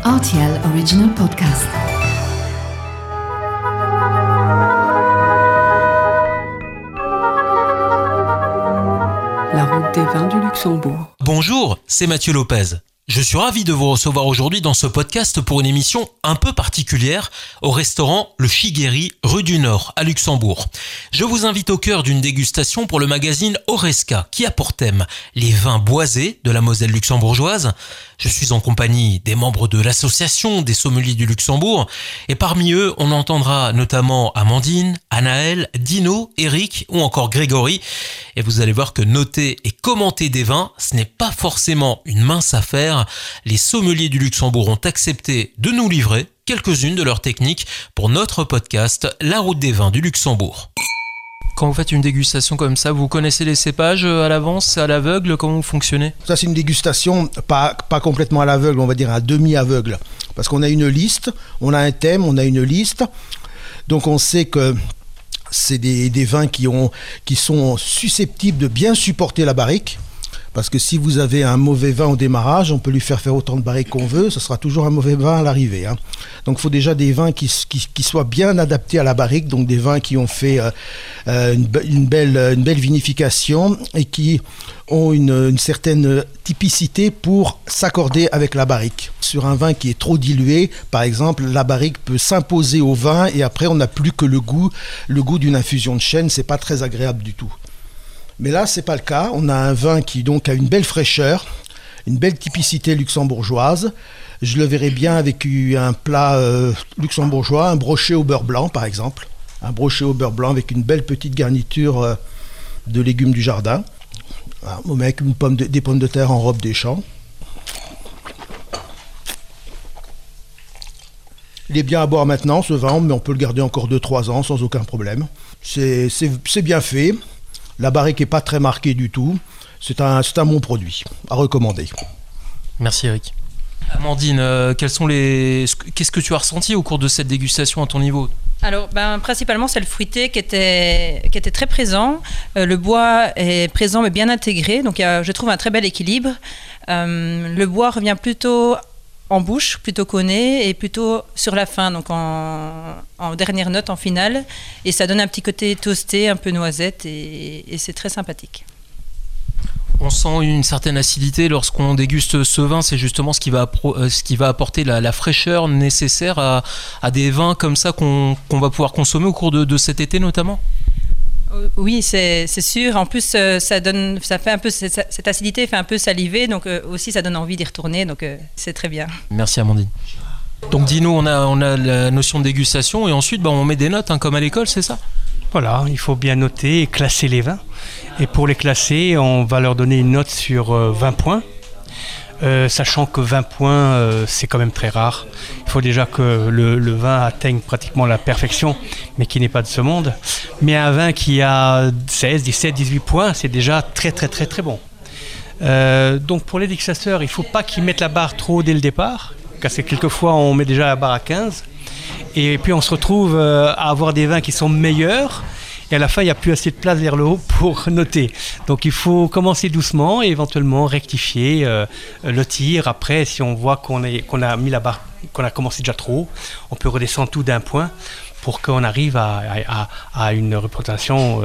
RTL Original Podcast. La route des vins du Luxembourg. Bonjour, c'est Mathieu Lopez. Je suis ravi de vous recevoir aujourd'hui dans ce podcast pour une émission un peu particulière au restaurant Le Chigueri, rue du Nord, à Luxembourg. Je vous invite au cœur d'une dégustation pour le magazine Oresca, qui a pour thème les vins boisés de la Moselle luxembourgeoise. Je suis en compagnie des membres de l'association des sommeliers du Luxembourg, et parmi eux, on entendra notamment Amandine, Anaël, Dino, Eric ou encore Grégory. Et vous allez voir que noter et commenter des vins, ce n'est pas forcément une mince affaire. Les sommeliers du Luxembourg ont accepté de nous livrer quelques-unes de leurs techniques pour notre podcast La route des vins du Luxembourg. Quand vous faites une dégustation comme ça, vous connaissez les cépages à l'avance, à l'aveugle, comment vous fonctionnez ? Ça, c'est une dégustation pas complètement à l'aveugle, on va dire à demi-aveugle. Parce qu'on a une liste, on a un thème, on a une liste. Donc on sait que c'est des vins qui sont susceptibles de bien supporter la barrique. Parce que si vous avez un mauvais vin au démarrage, on peut lui faire autant de barriques qu'on veut, ce sera toujours un mauvais vin à l'arrivée. Donc il faut déjà des vins qui soient bien adaptés à la barrique, donc des vins qui ont fait une belle vinification et qui ont une certaine typicité pour s'accorder avec la barrique. Sur un vin qui est trop dilué, par exemple, la barrique peut s'imposer au vin et après on n'a plus que le goût d'une infusion de chêne, c'est pas très agréable du tout. Mais là, c'est pas le cas. On a un vin qui donc a une belle fraîcheur, une belle typicité luxembourgeoise. Je le verrais bien avec un plat luxembourgeois, un brochet au beurre blanc par exemple. Un brochet au beurre blanc avec une belle petite garniture de légumes du jardin. Voilà, on met avec des pommes de terre en robe des champs. Il est bien à boire maintenant ce vin, mais on peut le garder encore 2-3 ans sans aucun problème. C'est bien fait. La barrique n'est pas très marquée du tout. C'est un bon produit à recommander. Merci Eric. Amandine, qu'est-ce que tu as ressenti au cours de cette dégustation à ton niveau ? Alors, principalement, c'est le fruité qui était très présent. Le bois est présent mais bien intégré. Donc, je trouve un très bel équilibre. Le bois revient plutôt en bouche, plutôt qu'au nez et plutôt sur la fin, donc en dernière note, en finale. Et ça donne un petit côté toasté, un peu noisette et c'est très sympathique. On sent une certaine acidité lorsqu'on déguste ce vin, c'est justement ce qui va apporter la fraîcheur nécessaire à des vins comme ça qu'on va pouvoir consommer au cours de cet été notamment. Oui, c'est sûr. En plus, ça fait un peu cette acidité fait un peu saliver, donc aussi ça donne envie d'y retourner, donc c'est très bien. Merci Amandine. Donc dis-nous, on a la notion de dégustation et ensuite on met des notes comme à l'école, c'est ça ? Voilà, il faut bien noter et classer les vins. Et pour les classer, on va leur donner une note sur 20 points. Sachant que 20 points, c'est quand même très rare. Il faut déjà que le vin atteigne pratiquement la perfection, mais qui n'est pas de ce monde. Mais un vin qui a 16, 17, 18 points, c'est déjà très très très très bon. Donc pour les dégustateurs, il ne faut pas qu'ils mettent la barre trop haut dès le départ, parce que quelquefois on met déjà la barre à 15. Et puis on se retrouve à avoir des vins qui sont meilleurs, et à la fin, il n'y a plus assez de place vers le haut pour noter. Donc il faut commencer doucement et éventuellement rectifier le tir. Après, si on voit qu'on a mis la barre, qu'on a commencé déjà trop haut, on peut redescendre tout d'un point pour qu'on arrive à une représentation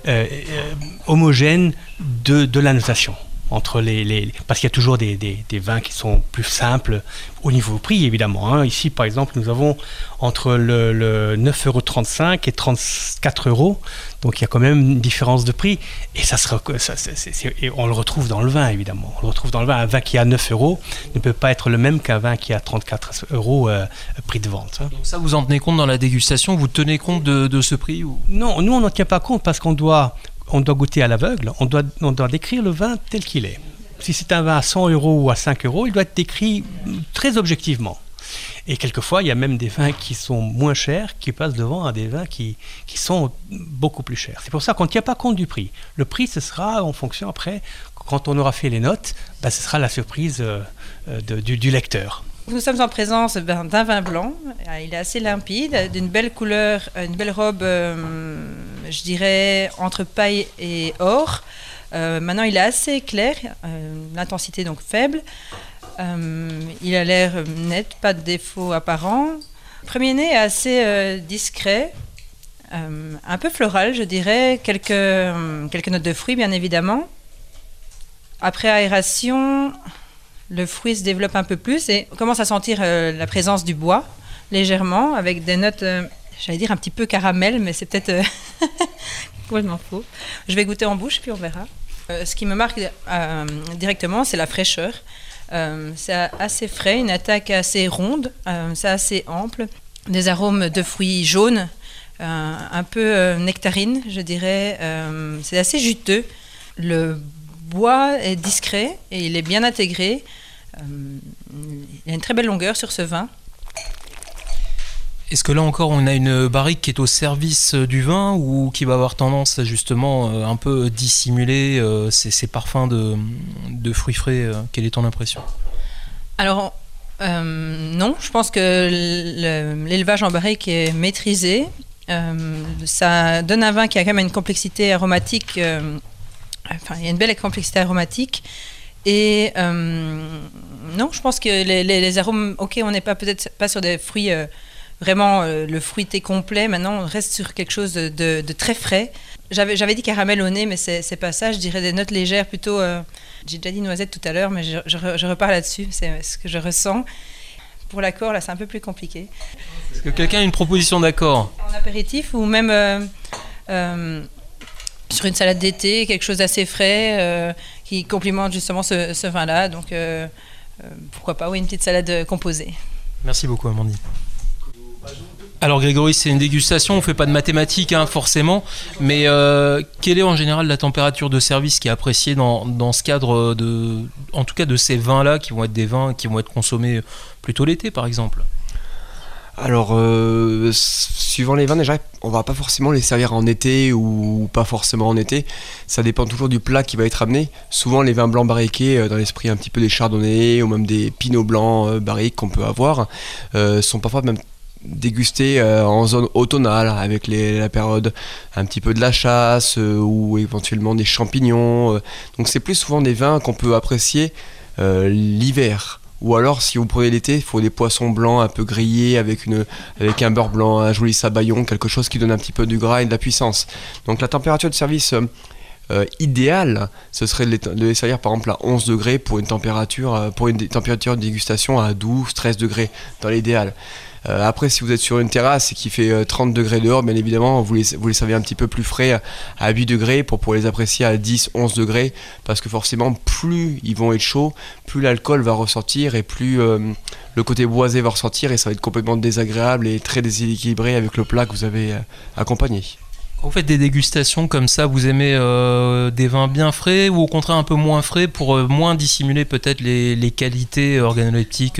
homogène de la notation. Parce qu'il y a toujours des vins qui sont plus simples au niveau prix, évidemment. Ici, par exemple, nous avons entre le 9,35 € et 34 €. Donc, il y a quand même une différence de prix. Et on le retrouve dans le vin, évidemment. On le retrouve dans le vin. Un vin qui a 9 € ne peut pas être le même qu'un vin qui a 34 € prix de vente. Donc ça, vous en tenez compte dans la dégustation ? Vous tenez compte de ce prix ou... Non, nous, on n'en tient pas compte parce qu'on doit goûter à l'aveugle, on doit décrire le vin tel qu'il est. Si c'est un vin à 100 € ou à 5 €, il doit être décrit très objectivement. Et quelquefois, il y a même des vins qui sont moins chers qui passent devant à des vins qui sont beaucoup plus chers. C'est pour ça qu'on ne tient pas compte du prix. Le prix, ce sera en fonction après, quand on aura fait les notes, ce sera la surprise du lecteur. Nous sommes en présence d'un vin blanc, il est assez limpide, d'une belle couleur, une belle robe, je dirais, entre paille et or. Maintenant, il est assez clair, l'intensité donc faible. Il a l'air net, pas de défaut apparent. Le premier nez est assez discret, un peu floral, je dirais. Quelques notes de fruits, bien évidemment. Après aération, le fruit se développe un peu plus et on commence à sentir la présence du bois, légèrement, avec des notes, j'allais dire un petit peu caramel, mais c'est peut-être complètement faux. Je vais goûter en bouche, puis on verra. Ce qui me marque directement, c'est la fraîcheur. C'est assez frais, une attaque assez ronde, c'est assez ample. Des arômes de fruits jaunes, un peu nectarine, je dirais. C'est assez juteux. Le bois est discret et il est bien intégré. Il a une très belle longueur sur ce vin. Est-ce que là encore on a une barrique qui est au service du vin ou qui va avoir tendance à justement un peu dissimuler ces parfums de fruits frais? Quelle est ton impression? Alors non, je pense que l'élevage en barrique est maîtrisé. Ça donne un vin qui a quand même une complexité aromatique. Il y a une belle complexité aromatique. Et non, je pense que les arômes, ok, on n'est peut-être pas sur des fruits vraiment le fruité complet. Maintenant, on reste sur quelque chose de très frais. J'avais dit caramel au nez, mais c'est pas ça. Je dirais des notes légères plutôt. J'ai déjà dit noisette tout à l'heure, mais je repars là-dessus. C'est ce que je ressens. Pour l'accord, là, c'est un peu plus compliqué. Est-ce que quelqu'un a une proposition d'accord? En apéritif ou même sur une salade d'été, quelque chose d'assez frais qui complimente justement ce vin-là. Donc, pourquoi pas, oui, une petite salade composée. Merci beaucoup, Amandine. Alors Grégory, c'est une dégustation, on ne fait pas de mathématiques forcément, mais quelle est en général la température de service qui est appréciée dans ce cadre, en tout cas de ces vins-là, qui vont être des vins qui vont être consommés plutôt l'été par exemple? Alors, suivant les vins, déjà, on va pas forcément les servir en été ou pas forcément en été. Ça dépend toujours du plat qui va être amené. Souvent, les vins blancs barriqués, dans l'esprit un petit peu des chardonnays ou même des pinots blancs barriques qu'on peut avoir, sont parfois même dégustés en zone automnale avec la période un petit peu de la chasse ou éventuellement des champignons. Donc, c'est plus souvent des vins qu'on peut apprécier l'hiver. Ou alors, si vous prenez l'été, il faut des poissons blancs un peu grillés avec un beurre blanc, un joli sabayon, quelque chose qui donne un petit peu du gras et de la puissance. Donc la température de service idéale, ce serait de les servir par exemple à 11 degrés pour une température de dégustation à 12-13 degrés dans l'idéal. Après, si vous êtes sur une terrasse et qu'il fait 30 degrés dehors, bien évidemment, vous les servez un petit peu plus frais à 8 degrés pour pouvoir les apprécier à 10-11 degrés. Parce que forcément, plus ils vont être chauds, plus l'alcool va ressortir et plus le côté boisé va ressortir et ça va être complètement désagréable et très déséquilibré avec le plat que vous avez accompagné. Quand vous faites des dégustations comme ça, vous aimez des vins bien frais ou au contraire un peu moins frais pour moins dissimuler peut-être les qualités organoleptiques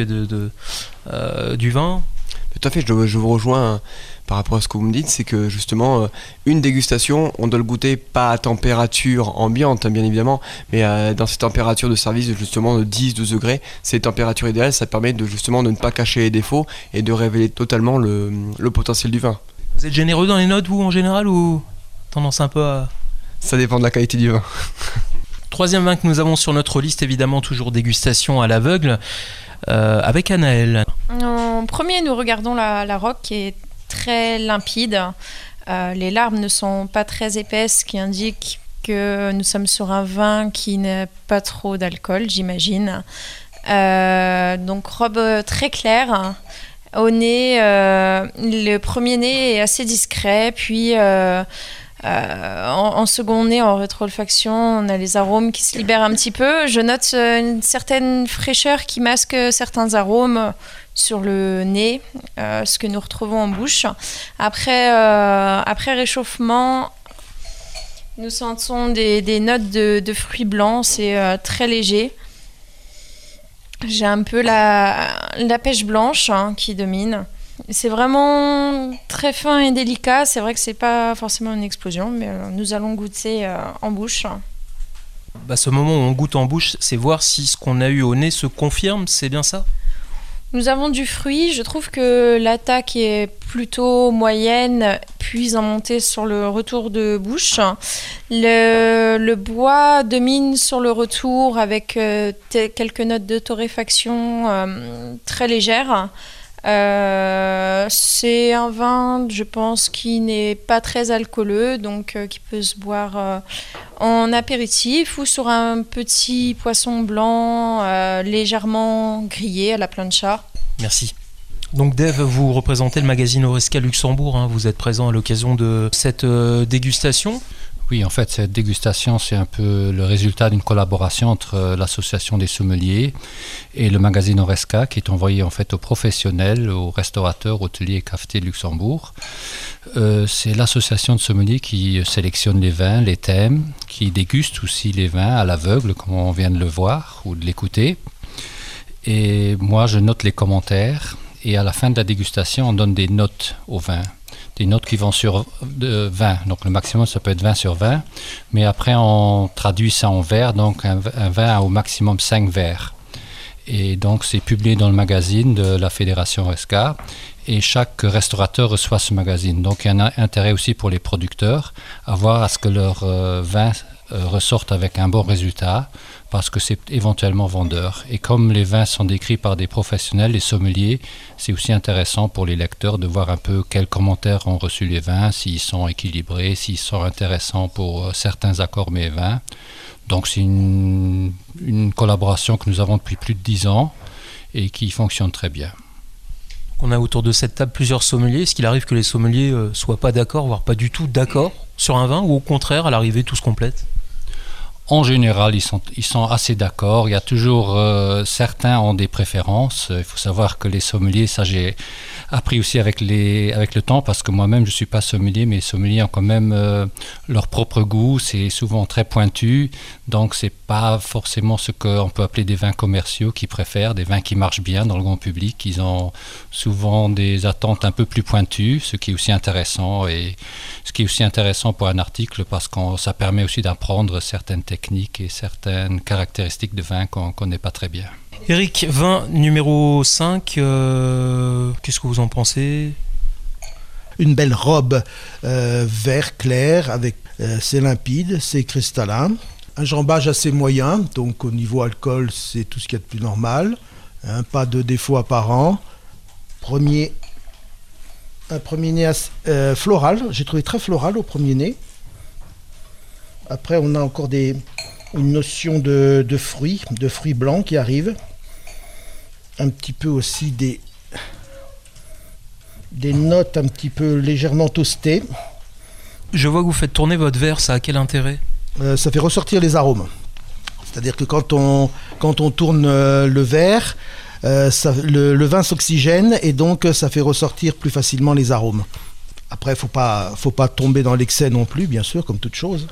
du vin? Tout à fait, je vous rejoins par rapport à ce que vous me dites, c'est que justement, une dégustation, on doit le goûter pas à température ambiante, bien évidemment, mais dans ces températures de service justement de 10-12 degrés, c'est les températures idéales, ça permet de justement de ne pas cacher les défauts et de révéler totalement le potentiel du vin. Vous êtes généreux dans les notes, vous, en général, ou tendance un peu à... Ça dépend de la qualité du vin. Troisième vin que nous avons sur notre liste, évidemment, toujours dégustation à l'aveugle, avec Anaëlle. En premier, nous regardons la roque qui est très limpide. Les larmes ne sont pas très épaisses, ce qui indique que nous sommes sur un vin qui n'a pas trop d'alcool, j'imagine. Donc robe très claire. Au nez, le premier nez est assez discret, puis en second nez, en rétroolfaction, on a les arômes qui se libèrent un petit peu. Je note une certaine fraîcheur qui masque certains arômes sur le nez, ce que nous retrouvons en bouche. Après réchauffement, nous sentons des notes de fruits blancs, c'est très léger. J'ai un peu la pêche blanche qui domine. C'est vraiment très fin et délicat. C'est vrai que c'est pas forcément une explosion, mais nous allons goûter en bouche. Ce moment où on goûte en bouche, c'est voir si ce qu'on a eu au nez se confirme, c'est bien ça? Nous avons du fruit. Je trouve que l'attaque est plutôt moyenne, puis en montée sur le retour de bouche. Le bois domine sur le retour avec quelques notes de torréfaction très légères. C'est un vin, je pense, qui n'est pas très alcooleux, donc qui peut se boire en apéritif ou sur un petit poisson blanc légèrement grillé à la plancha. Merci. Donc Dave, vous représentez le magazine Oresca Luxembourg, hein. Vous êtes présent à l'occasion de cette dégustation. Oui, en fait, cette dégustation, c'est un peu le résultat d'une collaboration entre l'association des sommeliers et le magazine Oresca, qui est envoyé en fait aux professionnels, aux restaurateurs, hôteliers et cafetiers de Luxembourg. C'est l'association de sommeliers qui sélectionne les vins, les thèmes, qui déguste aussi les vins à l'aveugle, comme on vient de le voir ou de l'écouter. Et moi, je note les commentaires et à la fin de la dégustation, on donne des notes au vin. Des notes qui vont sur 20, donc le maximum ça peut être 20 sur 20, mais après on traduit ça en verres, donc un vin a au maximum 5 verres. Et donc c'est publié dans le magazine de la Fédération Oresca, et chaque restaurateur reçoit ce magazine. Donc il y a un intérêt aussi pour les producteurs à voir à ce que leur vin ressorte avec un bon résultat, parce que c'est éventuellement vendeur. Et comme les vins sont décrits par des professionnels, les sommeliers, c'est aussi intéressant pour les lecteurs de voir un peu quels commentaires ont reçu les vins, s'ils sont équilibrés, s'ils sont intéressants pour certains accords mets et vins. Donc c'est une collaboration que nous avons depuis plus de 10 ans et qui fonctionne très bien. On a autour de cette table plusieurs sommeliers. Est-ce qu'il arrive que les sommeliers ne soient pas d'accord, voire pas du tout d'accord sur un vin, ou au contraire, à l'arrivée, tout se complète ? En général, ils sont assez d'accord. Il y a toujours certains ont des préférences. Il faut savoir que les sommeliers, ça j'ai appris aussi avec le temps, parce que moi-même je suis pas sommelier, mais les sommeliers ont quand même leur propre goût. C'est souvent très pointu, donc c'est pas forcément ce qu'on peut appeler des vins commerciaux qu'ils préfèrent, des vins qui marchent bien dans le grand public. Ils ont souvent des attentes un peu plus pointues, ce qui est aussi intéressant, et ce qui est aussi intéressant pour un article, parce que ça permet aussi d'apprendre certaines techniques et certaines caractéristiques de vin qu'on ne connaît pas très bien. Eric, vin numéro 5, qu'est-ce que vous en pensez ? Une belle robe vert clair, avec c'est limpide, c'est cristallin. Un jambage assez moyen, donc au niveau alcool, c'est tout ce qu'il y a de plus normal. Pas de défaut apparent. Un premier nez floral, j'ai trouvé très floral au premier nez. Après, on a encore une notion de fruits blancs qui arrivent. Un petit peu aussi des notes un petit peu légèrement toastées. Je vois que vous faites tourner votre verre, ça a quel intérêt ? Ça fait ressortir les arômes. C'est-à-dire que quand on tourne le verre, le vin s'oxygène et donc ça fait ressortir plus facilement les arômes. Après, faut pas tomber dans l'excès non plus, bien sûr, comme toute chose.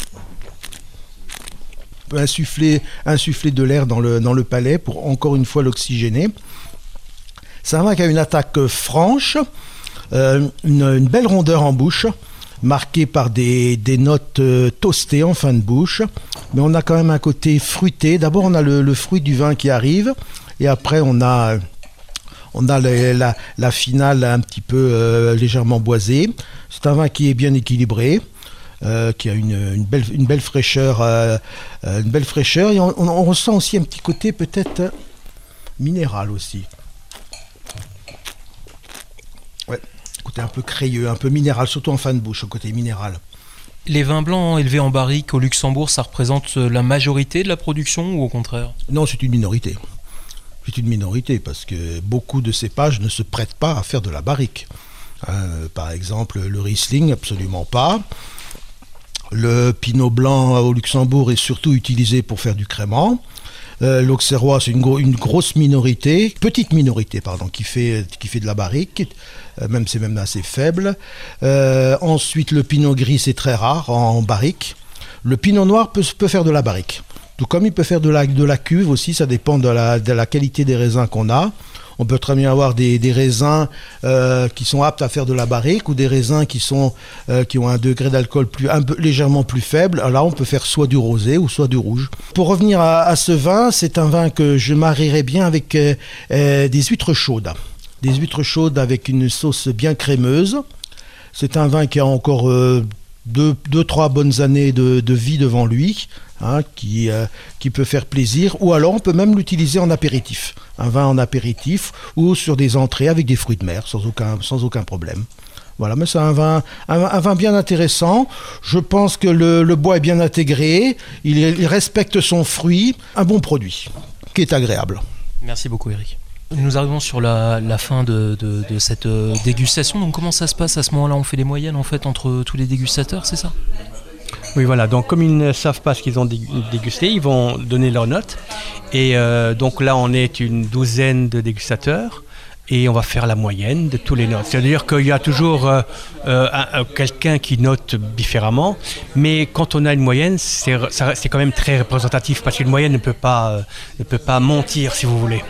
On peut insuffler de l'air dans le palais pour encore une fois l'oxygéner. C'est un vin qui a une attaque franche, une belle rondeur en bouche, marquée par des notes toastées en fin de bouche, mais on a quand même un côté fruité. D'abord on a le fruit du vin qui arrive, et après on a la finale un petit peu légèrement boisée. C'est un vin qui est bien équilibré, qui a une belle fraîcheur, et on ressent aussi un petit côté peut-être minéral aussi. Ouais, côté un peu crayeux, un peu minéral, surtout en fin de bouche, au côté minéral. Les vins blancs élevés en barrique au Luxembourg, ça représente la majorité de la production ou au contraire ? Non, c'est une minorité. C'est une minorité parce que beaucoup de cépages ne se prêtent pas à faire de la barrique. Par exemple, le Riesling, absolument pas. Le Pinot Blanc au Luxembourg est surtout utilisé pour faire du crément. L'Auxerrois, c'est une grosse minorité, petite minorité, pardon, qui fait de la barrique. C'est même assez faible. Ensuite, le Pinot Gris, c'est très rare en barrique. Le Pinot Noir peut faire de la barrique. Tout comme il peut faire de la cuve aussi, ça dépend de la qualité des raisins qu'on a. On peut très bien avoir des raisins qui sont aptes à faire de la barrique ou des raisins qui ont un degré d'alcool légèrement plus faible. Alors là, on peut faire soit du rosé ou soit du rouge. Pour revenir à ce vin, c'est un vin que je marierais bien avec des huîtres chaudes. Des huîtres chaudes avec une sauce bien crémeuse. C'est un vin qui a encore 2-3 bonnes années de vie devant lui, qui peut faire plaisir. Ou alors on peut même l'utiliser en apéritif. Un vin en apéritif ou sur des entrées avec des fruits de mer, sans aucun problème. Voilà, mais c'est un vin bien intéressant. Je pense que le bois est bien intégré, il respecte son fruit. Un bon produit qui est agréable. Merci beaucoup Eric. Nous arrivons sur la fin de cette dégustation. Donc comment ça se passe à ce moment-là? On fait les moyennes en fait entre tous les dégustateurs, c'est ça? Oui, voilà. Donc comme ils ne savent pas ce qu'ils ont dégusté, ils vont donner leurs notes. Et donc là, on est une douzaine de dégustateurs. Et on va faire la moyenne de tous les notes. C'est-à-dire qu'il y a toujours quelqu'un qui note différemment, mais quand on a une moyenne, c'est quand même très représentatif, parce qu'une moyenne ne peut pas mentir, si vous voulez.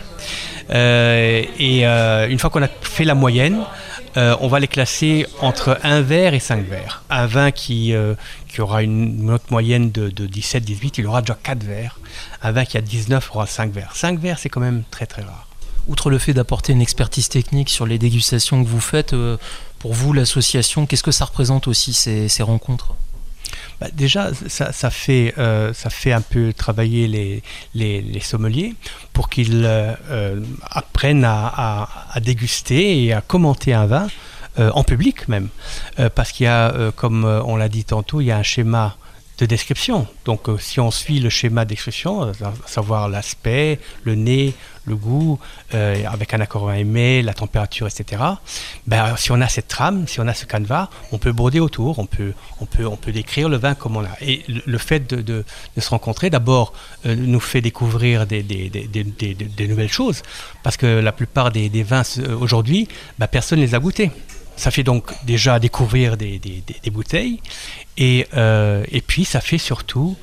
Une fois qu'on a fait la moyenne, on va les classer entre 1 verre et 5 verres. Un vin qui aura une note moyenne de 17-18, il aura déjà 4 verres. Un vin qui a 19 aura 5 verres. 5 verres, c'est quand même très très rare. Outre le fait d'apporter une expertise technique sur les dégustations que vous faites, pour vous, l'association, qu'est-ce que ça représente aussi ces rencontres? Déjà, ça fait un peu travailler les sommeliers pour qu'ils apprennent à déguster et à commenter un vin en public même. Parce qu'il y a, comme on l'a dit tantôt, il y a un schéma de description. Donc si on suit le schéma de description, à savoir l'aspect, le nez, le goût, avec un accord aimé, la température, etc. Si on a cette trame, si on a ce canevas, on peut broder autour, on peut décrire le vin comme on a. Et le fait de se rencontrer, d'abord, nous fait découvrir des nouvelles choses, parce que la plupart des vins aujourd'hui, personne ne les a goûtés. Ça fait donc déjà découvrir des bouteilles et puis ça fait surtout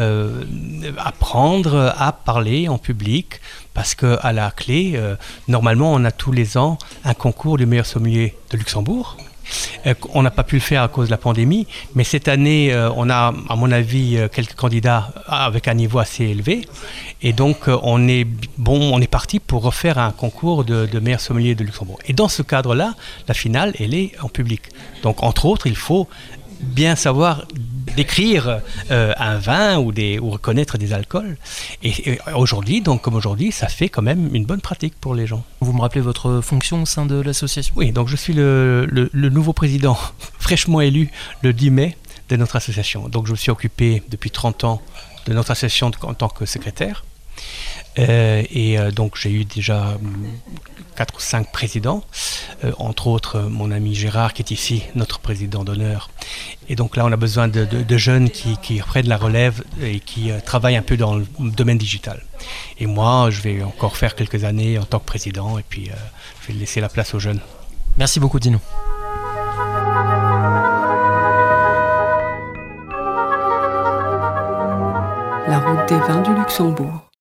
apprendre à parler en public, parce qu'à la clé, normalement on a tous les ans un concours du meilleur sommelier de Luxembourg. On n'a pas pu le faire à cause de la pandémie, mais cette année, on a, à mon avis, quelques candidats avec un niveau assez élevé. Et donc, on est parti pour refaire un concours de meilleurs sommeliers de Luxembourg. Et dans ce cadre-là, la finale, elle est en public. Donc, entre autres, il faut bien savoir décrire un vin ou reconnaître des alcools. Et aujourd'hui, donc comme aujourd'hui, ça fait quand même une bonne pratique pour les gens. Vous me rappelez votre fonction au sein de l'association? Oui, donc je suis le nouveau président fraîchement élu le 10 mai de notre association. Donc je me suis occupé depuis 30 ans de notre association en tant que secrétaire. Donc j'ai eu déjà 4 ou 5 présidents, entre autres mon ami Gérard qui est ici, notre président d'honneur. Et donc là on a besoin de jeunes qui prennent la relève et qui travaillent un peu dans le domaine digital. Et moi je vais encore faire quelques années en tant que président et puis je vais laisser la place aux jeunes. Merci beaucoup Dino. La route des vins du Luxembourg.